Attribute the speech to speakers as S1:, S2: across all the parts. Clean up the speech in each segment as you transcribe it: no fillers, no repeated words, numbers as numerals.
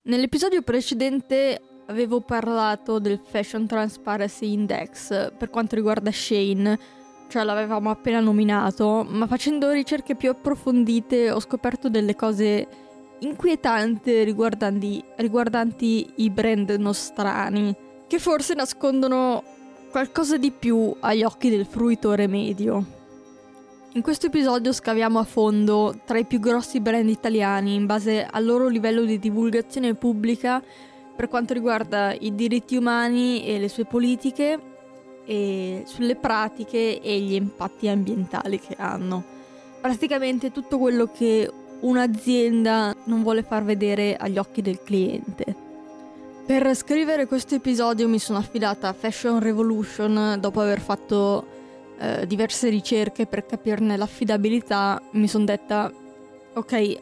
S1: Nell'episodio precedente avevo parlato del Fashion Transparency Index per quanto riguarda Shein, cioè l'avevamo appena nominato, ma facendo ricerche più approfondite ho scoperto delle cose inquietanti riguardanti i brand nostrani, che forse nascondono qualcosa di più agli occhi del fruitore medio. In questo episodio scaviamo a fondo tra i più grossi brand italiani in base al loro livello di divulgazione pubblica per quanto riguarda i diritti umani e le sue politiche, e sulle pratiche e gli impatti ambientali che hanno. Praticamente tutto quello che un'azienda non vuole far vedere agli occhi del cliente. Per scrivere questo episodio mi sono affidata a Fashion Revolution dopo aver fatto diverse ricerche per capirne l'affidabilità. Mi sono detta ok,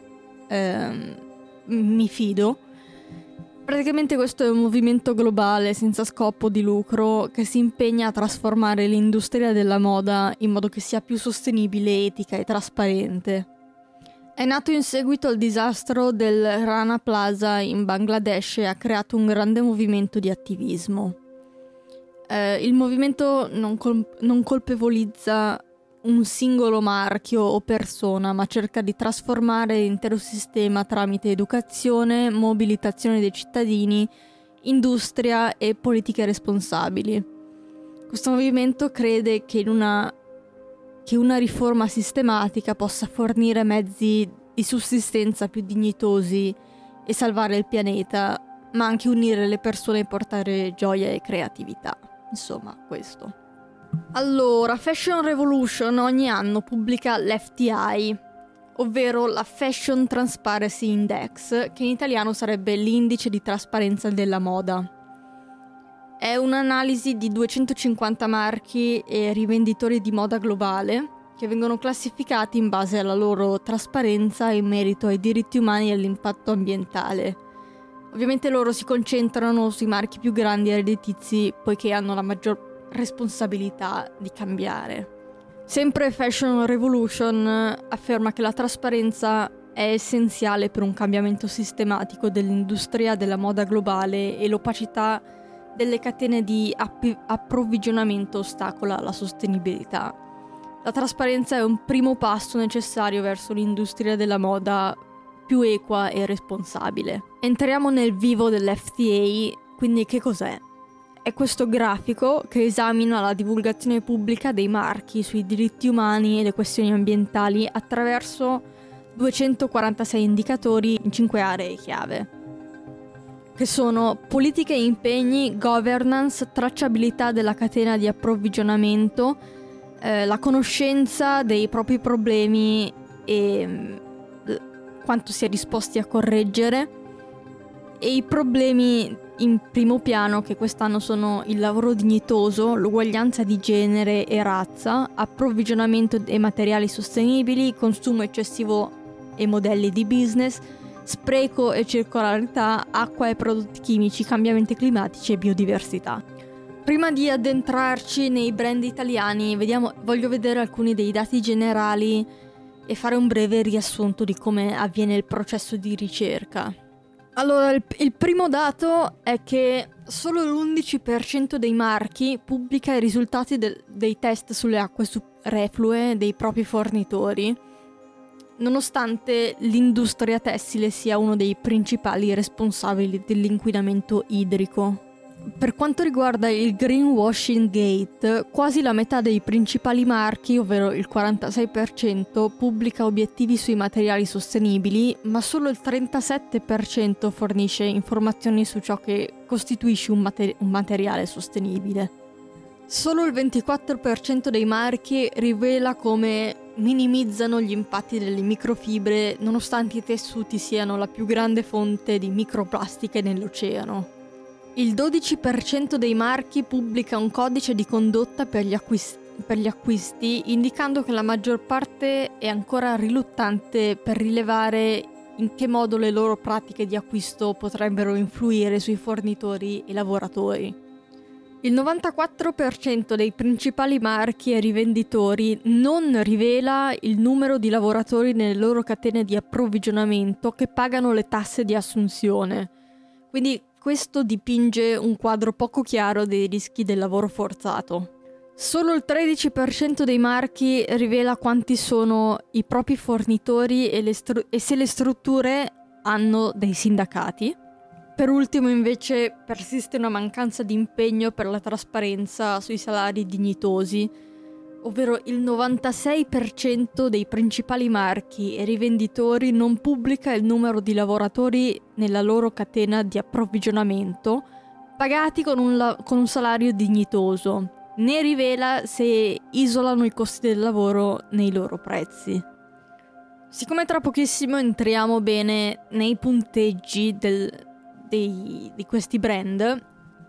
S1: mi fido. Praticamente questo è un movimento globale senza scopo di lucro che si impegna a trasformare l'industria della moda in modo che sia più sostenibile, etica e trasparente. È nato in seguito al disastro del Rana Plaza in Bangladesh e ha creato un grande movimento di attivismo. Il movimento non colpevolizza un singolo marchio o persona, ma cerca di trasformare l'intero sistema tramite educazione, mobilitazione dei cittadini, industria e politiche responsabili. Questo movimento crede che una riforma sistematica possa fornire mezzi di sussistenza più dignitosi e salvare il pianeta, ma anche unire le persone e portare gioia e creatività. Insomma, questo. Allora, Fashion Revolution ogni anno pubblica l'FTI, ovvero la Fashion Transparency Index, che in italiano sarebbe l'indice di trasparenza della moda. È un'analisi di 250 marchi e rivenditori di moda globale che vengono classificati in base alla loro trasparenza in merito ai diritti umani e all'impatto ambientale. Ovviamente loro si concentrano sui marchi più grandi e redditizi poiché hanno la maggior responsabilità di cambiare. Sempre Fashion Revolution afferma che la trasparenza è essenziale per un cambiamento sistematico dell'industria della moda globale e l'opacità delle catene di approvvigionamento ostacola la sostenibilità. La trasparenza è un primo passo necessario verso l'industria della moda più equa e responsabile. Entriamo nel vivo dell'FTA, quindi che cos'è? È questo grafico che esamina la divulgazione pubblica dei marchi sui diritti umani e le questioni ambientali attraverso 246 indicatori in 5 aree chiave, che sono politiche e impegni, governance, tracciabilità della catena di approvvigionamento, la conoscenza dei propri problemi e quanto si è disposti a correggere, e i problemi in primo piano che quest'anno sono il lavoro dignitoso, l'uguaglianza di genere e razza, approvvigionamento e materiali sostenibili, consumo eccessivo e modelli di business, spreco e circolarità, acqua e prodotti chimici, cambiamenti climatici e biodiversità. Prima di addentrarci nei brand italiani, voglio vedere alcuni dei dati generali e fare un breve riassunto di come avviene il processo di ricerca. Allora, il primo dato è che solo l'11% dei marchi pubblica i risultati dei test sulle acque reflue dei propri fornitori, nonostante l'industria tessile sia uno dei principali responsabili dell'inquinamento idrico. Per quanto riguarda il greenwashing gate, quasi la metà dei principali marchi, ovvero il 46%, pubblica obiettivi sui materiali sostenibili, ma solo il 37% fornisce informazioni su ciò che costituisce un materiale sostenibile. Solo il 24% dei marchi rivela come minimizzano gli impatti delle microfibre, nonostante i tessuti siano la più grande fonte di microplastiche nell'oceano. Il 12% dei marchi pubblica un codice di condotta per gli acquisti, indicando che la maggior parte è ancora riluttante per rilevare in che modo le loro pratiche di acquisto potrebbero influire sui fornitori e lavoratori. Il 94% dei principali marchi e rivenditori non rivela il numero di lavoratori nelle loro catene di approvvigionamento che pagano le tasse di assunzione. Quindi questo dipinge un quadro poco chiaro dei rischi del lavoro forzato. Solo il 13% dei marchi rivela quanti sono i propri fornitori e se le strutture hanno dei sindacati. Per ultimo, invece, persiste una mancanza di impegno per la trasparenza sui salari dignitosi, ovvero il 96% dei principali marchi e rivenditori non pubblica il numero di lavoratori nella loro catena di approvvigionamento pagati con un salario dignitoso, né rivela se isolano i costi del lavoro nei loro prezzi. Siccome tra pochissimo entriamo bene nei punteggi di questi brand,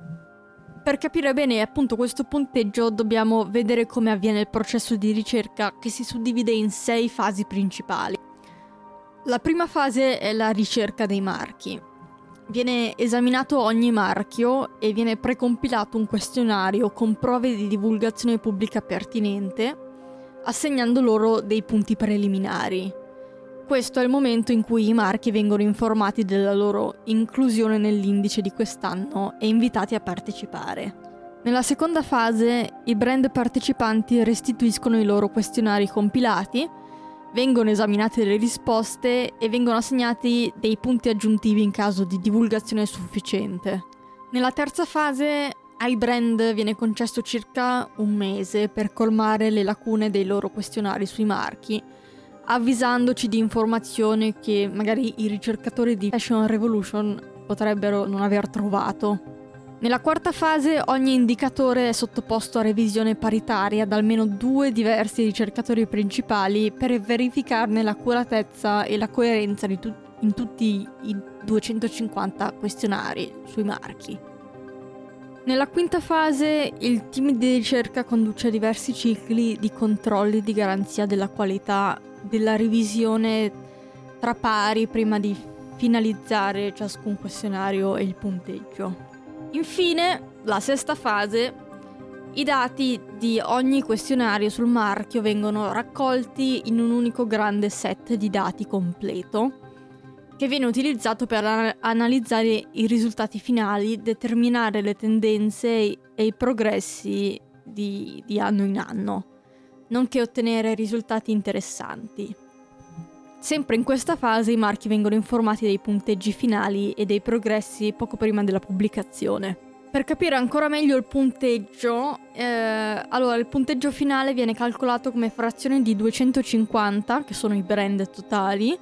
S1: per capire bene appunto questo punteggio dobbiamo vedere come avviene il processo di ricerca, che si suddivide in 6 fasi principali. La prima fase è la ricerca dei marchi. Viene esaminato ogni marchio e viene precompilato un questionario con prove di divulgazione pubblica pertinente, assegnando loro dei punti preliminari. Questo è il momento in cui i marchi vengono informati della loro inclusione nell'indice di quest'anno e invitati a partecipare. Nella seconda fase, i brand partecipanti restituiscono i loro questionari compilati, vengono esaminate le risposte e vengono assegnati dei punti aggiuntivi in caso di divulgazione sufficiente. Nella terza fase, ai brand viene concesso circa un mese per colmare le lacune dei loro questionari sui marchi, avvisandoci di informazioni che magari i ricercatori di Fashion Revolution potrebbero non aver trovato. Nella quarta fase ogni indicatore è sottoposto a revisione paritaria da almeno 2 diversi ricercatori principali per verificarne l'accuratezza e la coerenza in tutti i 250 questionari sui marchi. Nella quinta fase il team di ricerca conduce diversi cicli di controlli di garanzia della qualità della revisione tra pari prima di finalizzare ciascun questionario e il punteggio. Infine, la sesta fase, i dati di ogni questionario sul marchio vengono raccolti in un unico grande set di dati completo, che viene utilizzato per analizzare i risultati finali, determinare le tendenze e i progressi di anno in anno, nonché ottenere risultati interessanti. Sempre in questa fase i marchi vengono informati dei punteggi finali e dei progressi poco prima della pubblicazione. Per capire ancora meglio il punteggio, allora il punteggio finale viene calcolato come frazione di 250, che sono i brand totali,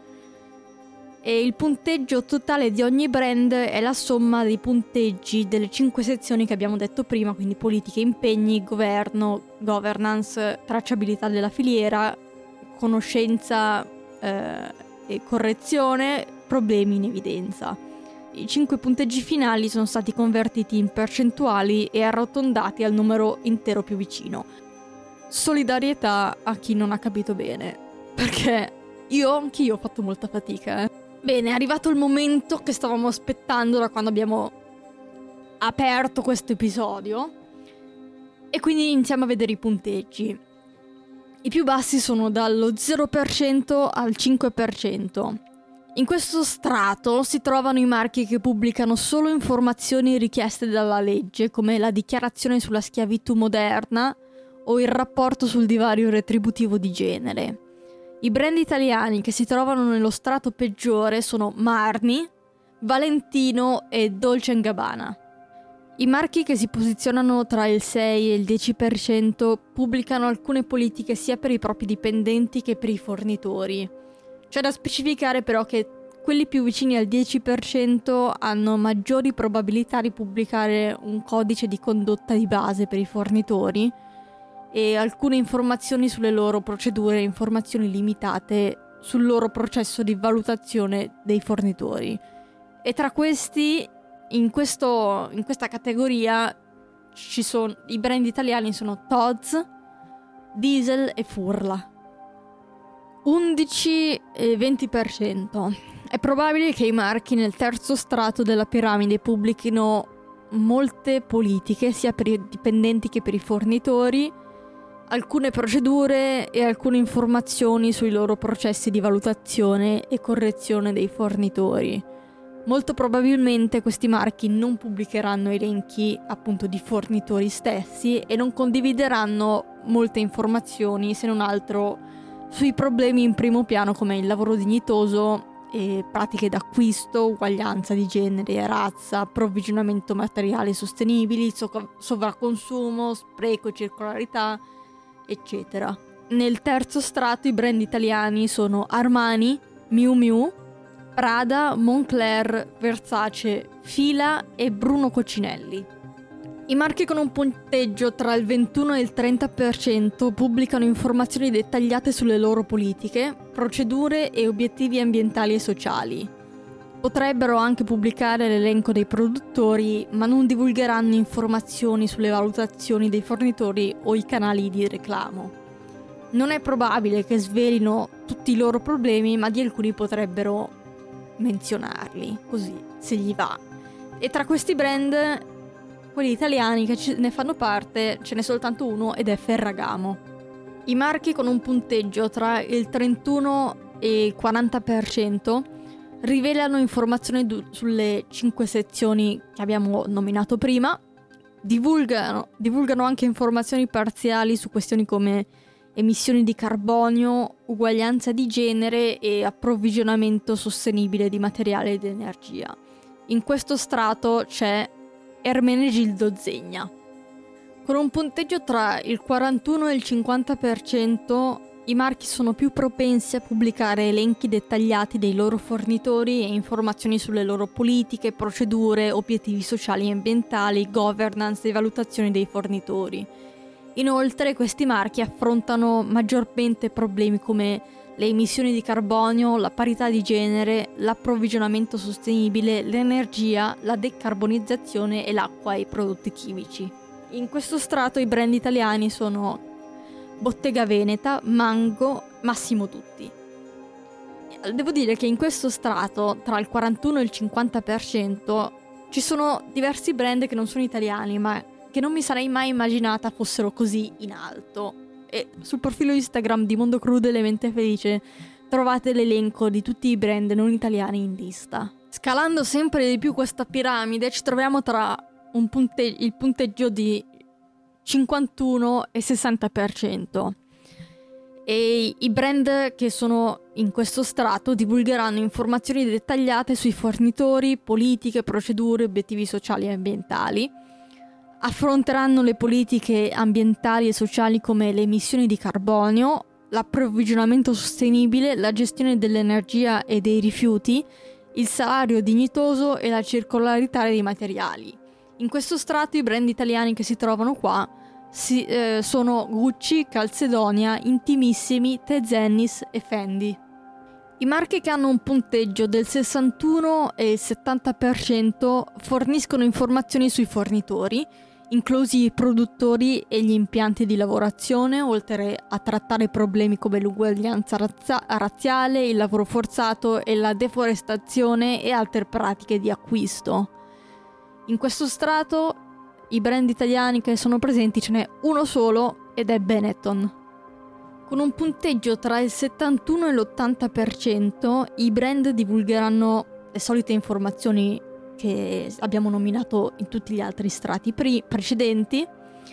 S1: e il punteggio totale di ogni brand è la somma dei punteggi delle 5 sezioni che abbiamo detto prima, quindi politiche, impegni, governo, governance, tracciabilità della filiera, conoscenza e correzione, problemi in evidenza. I 5 punteggi finali sono stati convertiti in percentuali e arrotondati al numero intero più vicino. Solidarietà a chi non ha capito bene, perché anch'io ho fatto molta fatica. Bene, è arrivato il momento che stavamo aspettando da quando abbiamo aperto questo episodio, e quindi iniziamo a vedere i punteggi. I più bassi sono dallo 0% al 5%. In questo strato si trovano i marchi che pubblicano solo informazioni richieste dalla legge, come la dichiarazione sulla schiavitù moderna o il rapporto sul divario retributivo di genere. I brand italiani che si trovano nello strato peggiore sono Marni, Valentino e Dolce & Gabbana. I marchi che si posizionano tra il 6 e il 10% pubblicano alcune politiche sia per i propri dipendenti che per i fornitori. C'è da specificare però che quelli più vicini al 10% hanno maggiori probabilità di pubblicare un codice di condotta di base per i fornitori e alcune informazioni sulle loro procedure, informazioni limitate sul loro processo di valutazione dei fornitori. E tra questi, in questa categoria, i brand italiani sono Tod's, Diesel e Furla. 11 e 20%. È probabile che i marchi nel terzo strato della piramide pubblichino molte politiche, sia per i dipendenti che per i fornitori, alcune procedure e alcune informazioni sui loro processi di valutazione e correzione dei fornitori. Molto probabilmente questi marchi non pubblicheranno elenchi appunto di fornitori stessi e non condivideranno molte informazioni, se non altro sui problemi in primo piano come il lavoro dignitoso e pratiche d'acquisto, uguaglianza di genere e razza, approvvigionamento materiali sostenibili, sovraconsumo, spreco e circolarità, eccetera. Nel terzo strato i brand italiani sono Armani, Miu Miu, Prada, Moncler, Versace, Fila e Bruno Cucinelli. I marchi con un punteggio tra il 21 e il 30% pubblicano informazioni dettagliate sulle loro politiche, procedure e obiettivi ambientali e sociali. Potrebbero anche pubblicare l'elenco dei produttori, ma non divulgheranno informazioni sulle valutazioni dei fornitori o i canali di reclamo. Non è probabile che svelino tutti i loro problemi, ma di alcuni potrebbero menzionarli, così, se gli va. E tra questi brand, quelli italiani che ne fanno parte, ce n'è soltanto uno ed è Ferragamo. I marchi con un punteggio tra il 31 e il 40% rivelano informazioni sulle 5 sezioni che abbiamo nominato prima, divulgano anche informazioni parziali su questioni come emissioni di carbonio, uguaglianza di genere e approvvigionamento sostenibile di materiale ed energia. In questo strato c'è Ermenegildo Zegna. Con un punteggio tra il 41 e il 50%, i marchi sono più propensi a pubblicare elenchi dettagliati dei loro fornitori e informazioni sulle loro politiche, procedure, obiettivi sociali e ambientali, governance e valutazioni dei fornitori. Inoltre questi marchi affrontano maggiormente problemi come le emissioni di carbonio, la parità di genere, l'approvvigionamento sostenibile, l'energia, la decarbonizzazione e l'acqua e i prodotti chimici. In questo strato i brand italiani sono Bottega Veneta, Mango, Massimo Dutti. Devo dire che in questo strato, tra il 41 e il 50%, ci sono diversi brand che non sono italiani, ma che non mi sarei mai immaginata fossero così in alto. E sul profilo Instagram di Mondo Crudo e Mente Felice trovate l'elenco di tutti i brand non italiani in lista. Scalando sempre di più questa piramide ci troviamo tra il punteggio di 51 e 60%. E i brand che sono in questo strato divulgheranno informazioni dettagliate sui fornitori, politiche, procedure, obiettivi sociali e ambientali. Affronteranno le politiche ambientali e sociali come le emissioni di carbonio, l'approvvigionamento sostenibile, la gestione dell'energia e dei rifiuti, il salario dignitoso e la circolarità dei materiali. In questo strato i brand italiani che si trovano qua sono Gucci, Calzedonia, Intimissimi, Tezennis e Fendi. I marchi che hanno un punteggio del 61 e il 70% forniscono informazioni sui fornitori, inclusi i produttori e gli impianti di lavorazione, oltre a trattare problemi come l'uguaglianza razziale, il lavoro forzato e la deforestazione e altre pratiche di acquisto. In questo strato i brand italiani che sono presenti ce n'è uno solo ed è Benetton. Con un punteggio tra il 71 e l'80%, i brand divulgheranno le solite informazioni che abbiamo nominato in tutti gli altri strati precedenti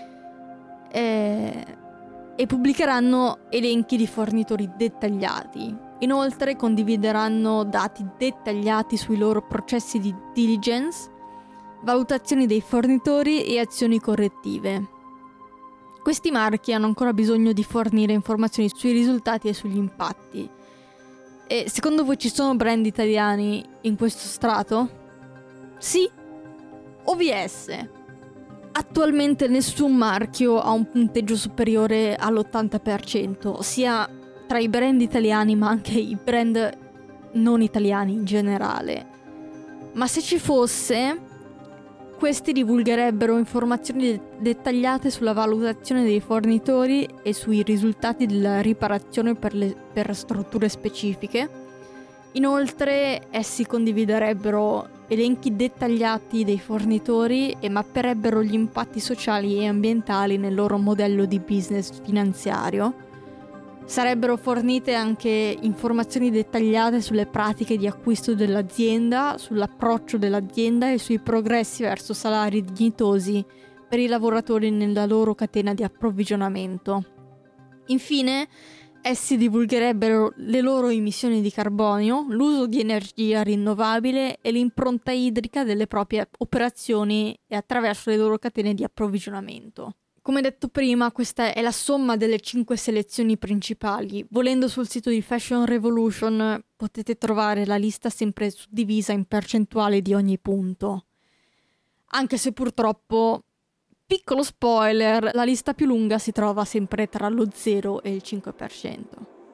S1: e pubblicheranno elenchi di fornitori dettagliati. Inoltre condivideranno dati dettagliati sui loro processi di diligence, valutazioni dei fornitori e azioni correttive. Questi marchi hanno ancora bisogno di fornire informazioni sui risultati e sugli impatti. E secondo voi ci sono brand italiani in questo strato? Sì? OVS. Attualmente nessun marchio ha un punteggio superiore all'80%, sia tra i brand italiani ma anche i brand non italiani in generale. Ma se ci fosse, questi divulgherebbero informazioni dettagliate sulla valutazione dei fornitori e sui risultati della riparazione per strutture specifiche. Inoltre, essi condividerebbero elenchi dettagliati dei fornitori e mapperebbero gli impatti sociali e ambientali nel loro modello di business finanziario. Sarebbero fornite anche informazioni dettagliate sulle pratiche di acquisto dell'azienda, sull'approccio dell'azienda e sui progressi verso salari dignitosi per i lavoratori nella loro catena di approvvigionamento. Infine, essi divulgherebbero le loro emissioni di carbonio, l'uso di energia rinnovabile e l'impronta idrica delle proprie operazioni e attraverso le loro catene di approvvigionamento. Come detto prima, questa è la somma delle 5 selezioni principali. Volendo sul sito di Fashion Revolution potete trovare la lista sempre suddivisa in percentuale di ogni punto. Anche se purtroppo, piccolo spoiler, la lista più lunga si trova sempre tra lo 0 e il 5%.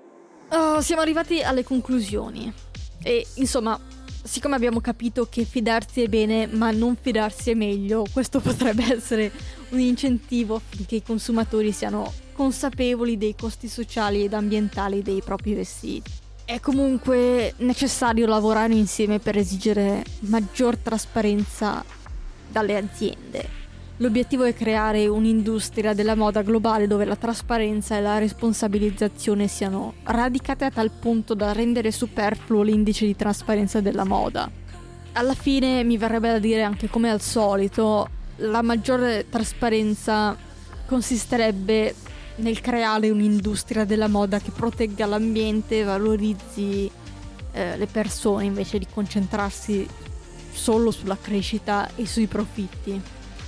S1: Siamo arrivati alle conclusioni. E insomma, siccome abbiamo capito che fidarsi è bene ma non fidarsi è meglio, questo potrebbe essere un incentivo affinché i consumatori siano consapevoli dei costi sociali ed ambientali dei propri vestiti. È comunque necessario lavorare insieme per esigere maggior trasparenza dalle aziende. L'obiettivo è creare un'industria della moda globale dove la trasparenza e la responsabilizzazione siano radicate a tal punto da rendere superfluo l'indice di trasparenza della moda. Alla fine mi verrebbe da dire, anche come al solito, la maggiore trasparenza consisterebbe nel creare un'industria della moda che protegga l'ambiente e valorizzi le persone invece di concentrarsi solo sulla crescita e sui profitti.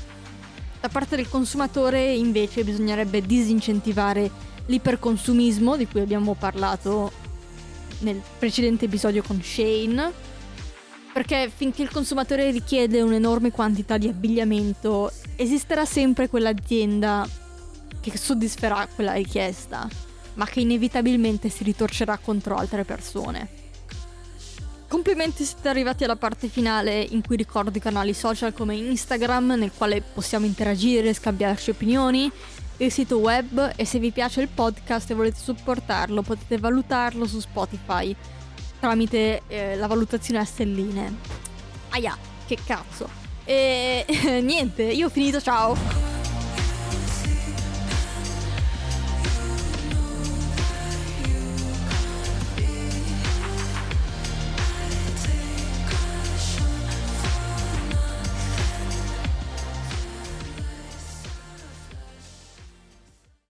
S1: Da parte del consumatore invece bisognerebbe disincentivare l'iperconsumismo di cui abbiamo parlato nel precedente episodio con Shane, perché finché il consumatore richiede un'enorme quantità di abbigliamento esisterà sempre quell'azienda che soddisferà quella richiesta, ma che inevitabilmente si ritorcerà contro altre persone. Complimenti, siete arrivati alla parte finale in cui ricordo i canali social come Instagram, nel quale possiamo interagire e scambiarci opinioni, il sito web, e se vi piace il podcast e volete supportarlo potete valutarlo su Spotify tramite la valutazione a stelline. Aia, che cazzo. E niente, io ho finito, ciao!